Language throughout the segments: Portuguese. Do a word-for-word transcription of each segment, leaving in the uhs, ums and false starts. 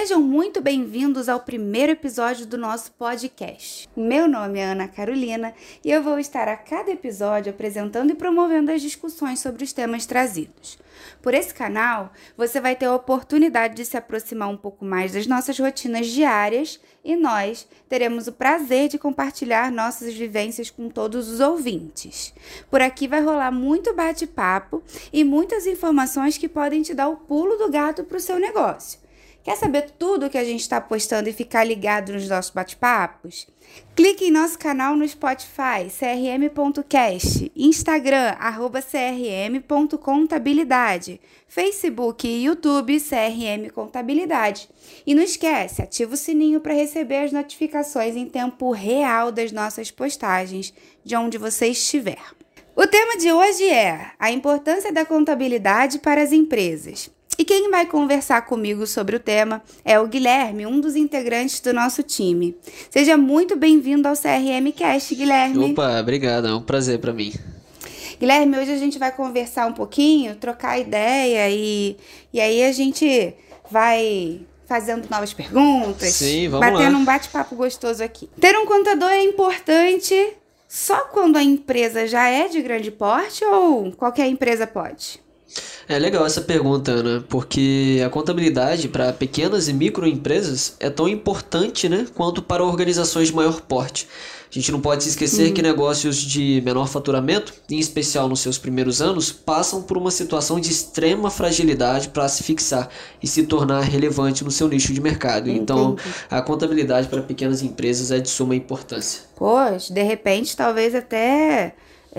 Sejam muito bem-vindos ao primeiro episódio do nosso podcast. Meu nome é Ana Carolina e eu vou estar a cada episódio apresentando e promovendo as discussões sobre os temas trazidos. Por esse canal, você vai ter a oportunidade de se aproximar um pouco mais das nossas rotinas diárias e nós teremos o prazer de compartilhar nossas vivências com todos os ouvintes. Por aqui vai rolar muito bate-papo e muitas informações que podem te dar o pulo do gato para o seu negócio. Quer saber tudo que a gente está postando e ficar ligado nos nossos bate-papos? Clique em nosso canal no Spotify, c r m ponto cast, Instagram, arroba c r m ponto contabilidade, Facebook e YouTube, C R M Contabilidade. E não esquece, ativa o sininho para receber as notificações em tempo real das nossas postagens, de onde você estiver. O tema de hoje é a importância da contabilidade para as empresas. E quem vai conversar comigo sobre o tema é o Guilherme, um dos integrantes do nosso time. Seja muito bem-vindo ao C R M Cast, Guilherme. Opa, obrigado, é um prazer para mim. Guilherme, hoje a gente vai conversar um pouquinho, trocar ideia e, e aí a gente vai fazendo novas perguntas. Sim, vamos batendo lá. um bate-papo gostoso aqui. Ter um contador é importante só quando a empresa já é de grande porte ou qualquer empresa pode? É legal essa pergunta, Ana, porque a contabilidade para pequenas e microempresas é tão importante, né, quanto para organizações de maior porte. A gente não pode se esquecer uhum. que negócios de menor faturamento, em especial nos seus primeiros anos, passam por uma situação de extrema fragilidade para se fixar e se tornar relevante no seu nicho de mercado. Entendi. Então, a contabilidade para pequenas empresas é de suma importância. Pois, de repente, talvez até...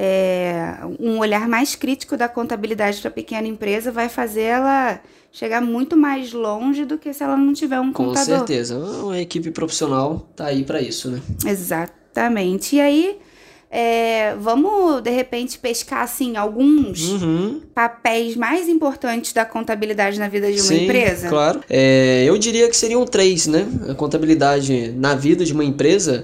É, um olhar mais crítico da contabilidade para a pequena empresa vai fazer ela chegar muito mais longe do que se ela não tiver um Com contador. Com certeza, uma equipe profissional tá aí para isso, né? Exatamente. E aí, é, vamos de repente pescar assim alguns uhum. papéis mais importantes da contabilidade na vida de uma Sim, empresa? Claro. É, eu diria que seriam três, né? A contabilidade na vida de uma empresa,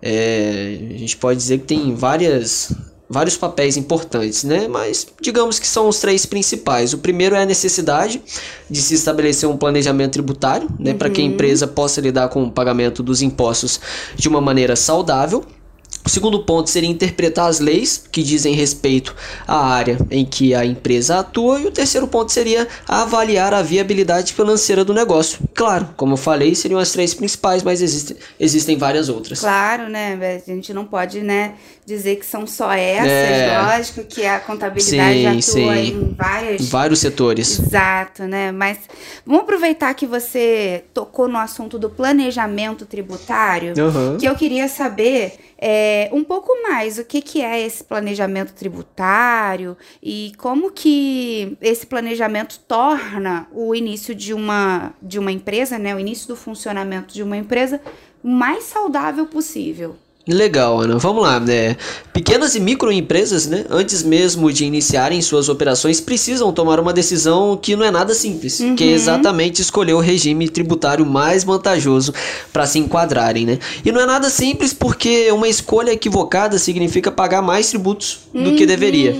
é, a gente pode dizer que tem várias... vários papéis importantes, né? Mas digamos que são os três principais. O primeiro é a necessidade de se estabelecer um planejamento tributário, né? Uhum. Para que a empresa possa lidar com o pagamento dos impostos de uma maneira saudável. O segundo ponto seria interpretar as leis que dizem respeito à área em que a empresa atua. E o terceiro ponto seria avaliar a viabilidade financeira do negócio. Claro, como eu falei, seriam as três principais, mas existem, existem várias outras. Claro, né? A gente não pode, né, dizer que são só essas. É... Lógico que a contabilidade sim, atua sim. em várias... vários setores. Exato, né? Mas vamos aproveitar que você tocou no assunto do planejamento tributário, uhum. que eu queria saber... É, um pouco mais o que, que é esse planejamento tributário e como que esse planejamento torna o início de uma, de uma empresa, né, o início do funcionamento de uma empresa o mais saudável possível. Legal, Ana. Vamos lá, né? Pequenas e microempresas, né, antes mesmo de iniciarem suas operações, precisam tomar uma decisão que não é nada simples, uhum. que é exatamente escolher o regime tributário mais vantajoso para se enquadrarem, né? E não é nada simples porque uma escolha equivocada significa pagar mais tributos do uhum. que deveria.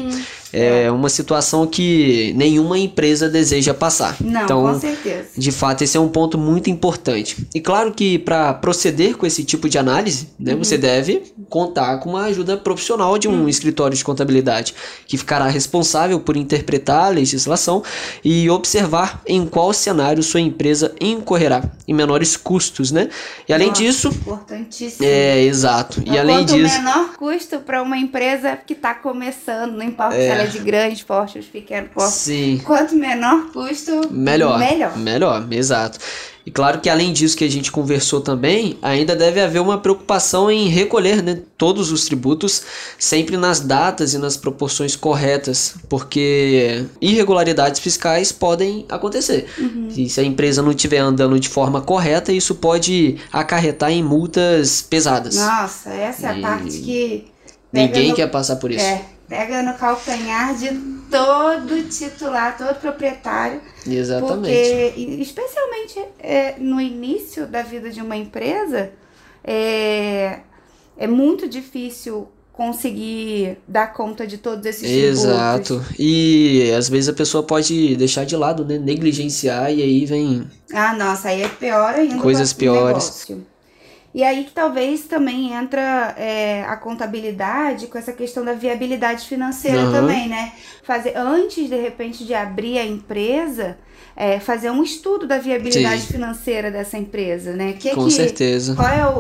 É uma situação que nenhuma empresa deseja passar. Não, então, com certeza. De fato, esse é um ponto muito importante. E claro que para proceder com esse tipo de análise, né, uhum. você deve contar com uma ajuda profissional de um uhum. escritório de contabilidade, que ficará responsável por interpretar a legislação e observar em qual cenário sua empresa incorrerá em menores custos, né? E além Nossa, disso... importantíssimo. É, exato. E Quanto além disso... menor custo para uma empresa que está começando, não importa é. se ela é de grande porte ou de pequeno porte. Sim. Quanto menor custo, melhor. Melhor. Melhor, exato. E claro que além disso que a gente conversou também, ainda deve haver uma preocupação em recolher, né, todos os tributos sempre nas datas e nas proporções corretas, porque irregularidades fiscais podem acontecer. Uhum. E se a empresa não estiver andando de forma correta, isso pode acarretar em multas pesadas. Nossa, essa é e... a parte que... Ninguém no... quer passar por isso. É. Pega no calcanhar de todo titular, todo proprietário. Exatamente. Porque, especialmente é, no início da vida de uma empresa, é, é muito difícil conseguir dar conta de todos esses Exato. tributos. E às vezes a pessoa pode deixar de lado, né? Negligenciar e aí vem... Ah, nossa, aí é pior ainda. Coisas piores. Negócio. E aí que talvez também entra é, a contabilidade com essa questão da viabilidade financeira Uhum. também, né? Fazer, antes, de repente, de abrir a empresa, é, fazer um estudo da viabilidade Sim. financeira dessa empresa, né? Que Com que, certeza. Qual é o...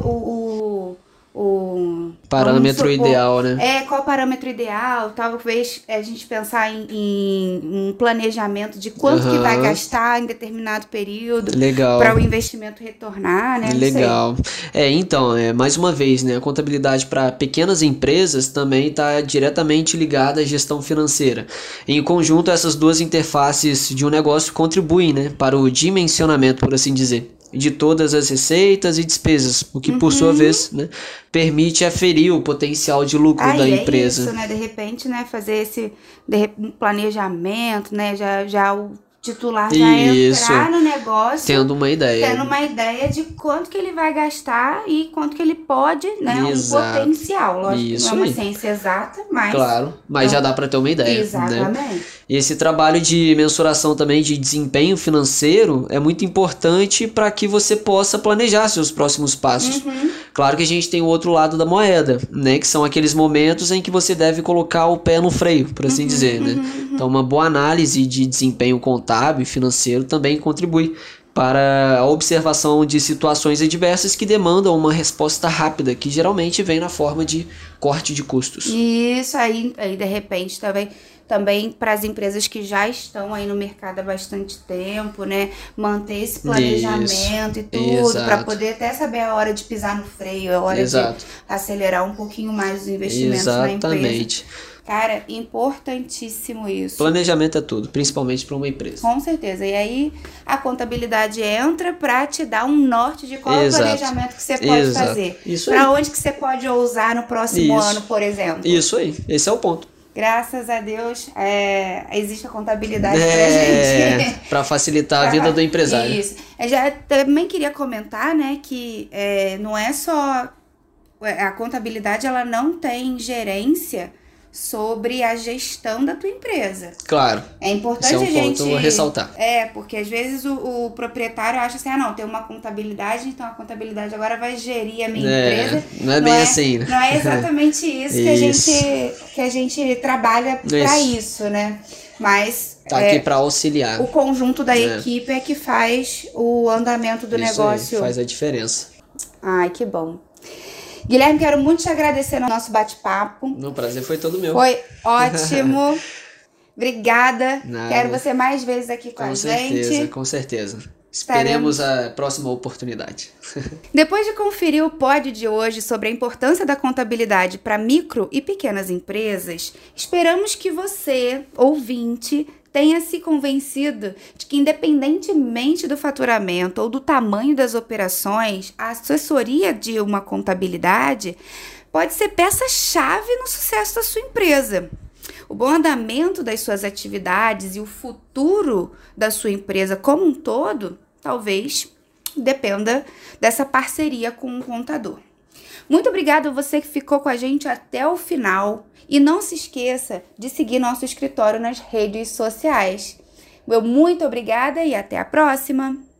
o, o, o Parâmetro supor, ideal, né? É, qual o parâmetro ideal? Talvez a gente pensar em, em um planejamento de quanto Uhum. que vai gastar em determinado período Legal. para o investimento retornar, né? Não Legal. sei. É, então, é, mais uma vez, né, a contabilidade para pequenas empresas também está diretamente ligada à gestão financeira. Em conjunto, essas duas interfaces de um negócio contribuem, né, para o dimensionamento, por assim dizer, de todas as receitas e despesas, o que, por sua vez, né, permite aferir o potencial de lucro Aí da é empresa. isso, né? De repente, né? Fazer esse de rep- um planejamento, né? Já, já o titular já Isso. entrar no negócio Tendo uma ideia. tendo uma ideia de quanto que ele vai gastar e quanto que ele pode, né? Exato. Um potencial. Lógico que Isso não é uma aí. ciência exata, mas... Claro, mas já dá para ter uma ideia, né? Exatamente. E esse trabalho de mensuração também de desempenho financeiro é muito importante para que você possa planejar seus próximos passos. Uhum. Claro que a gente tem o outro lado da moeda, né? Que são aqueles momentos em que você deve colocar o pé no freio, por assim Uhum, dizer, né? uhum, Então, uma boa análise de desempenho contábil e financeiro também contribui para a observação de situações adversas que demandam uma resposta rápida, que geralmente vem na forma de corte de custos. Isso aí, aí de repente também, também para as empresas que já estão aí no mercado há bastante tempo, né? Manter esse planejamento Isso, e tudo, para exato. poder até saber a hora de pisar no freio, a hora Exato. de acelerar um pouquinho mais os investimentos na empresa. Exatamente. Cara, importantíssimo isso. Planejamento é tudo, principalmente para uma empresa. Com certeza. E aí a contabilidade entra para te dar um norte de qual é o Exato. planejamento que você pode Exato. fazer. Isso Para aí. onde que você pode ousar no próximo Isso. ano, por exemplo. Isso aí, esse é o ponto. Graças a Deus, é, existe a contabilidade pra É, gente. para facilitar a vida do empresário. Isso. Eu já também queria comentar, né, que é, não é só... A contabilidade, ela não tem gerência sobre a gestão da tua empresa. Claro. É importante Esse é um a gente... ponto a ressaltar. É, porque às vezes o, o proprietário acha assim, ah, não, tem uma contabilidade, então a contabilidade agora vai gerir a minha É, empresa. não é bem assim, né? Não é exatamente isso, que, a Isso. gente, que a gente trabalha para isso, né? Mas Tá é, aqui para auxiliar. o conjunto da É. equipe é que faz o andamento do Isso negócio. aí, faz a diferença. Ai, que bom. Guilherme, quero muito te agradecer no nosso bate-papo. O prazer foi todo meu. Foi ótimo. Obrigada. Nada. Quero você mais vezes aqui com, Com a certeza, gente. com certeza. Esperemos a próxima oportunidade. Depois de conferir o pod de hoje sobre a importância da contabilidade para micro e pequenas empresas, esperamos que você, ouvinte, tenha se convencido de que, independentemente do faturamento ou do tamanho das operações, a assessoria de uma contabilidade pode ser peça-chave no sucesso da sua empresa. O bom andamento das suas atividades e o futuro da sua empresa como um todo, talvez dependa dessa parceria com um contador. Muito obrigada a você que ficou com a gente até o final. E não se esqueça de seguir nosso escritório nas redes sociais. Meu muito obrigada e até a próxima!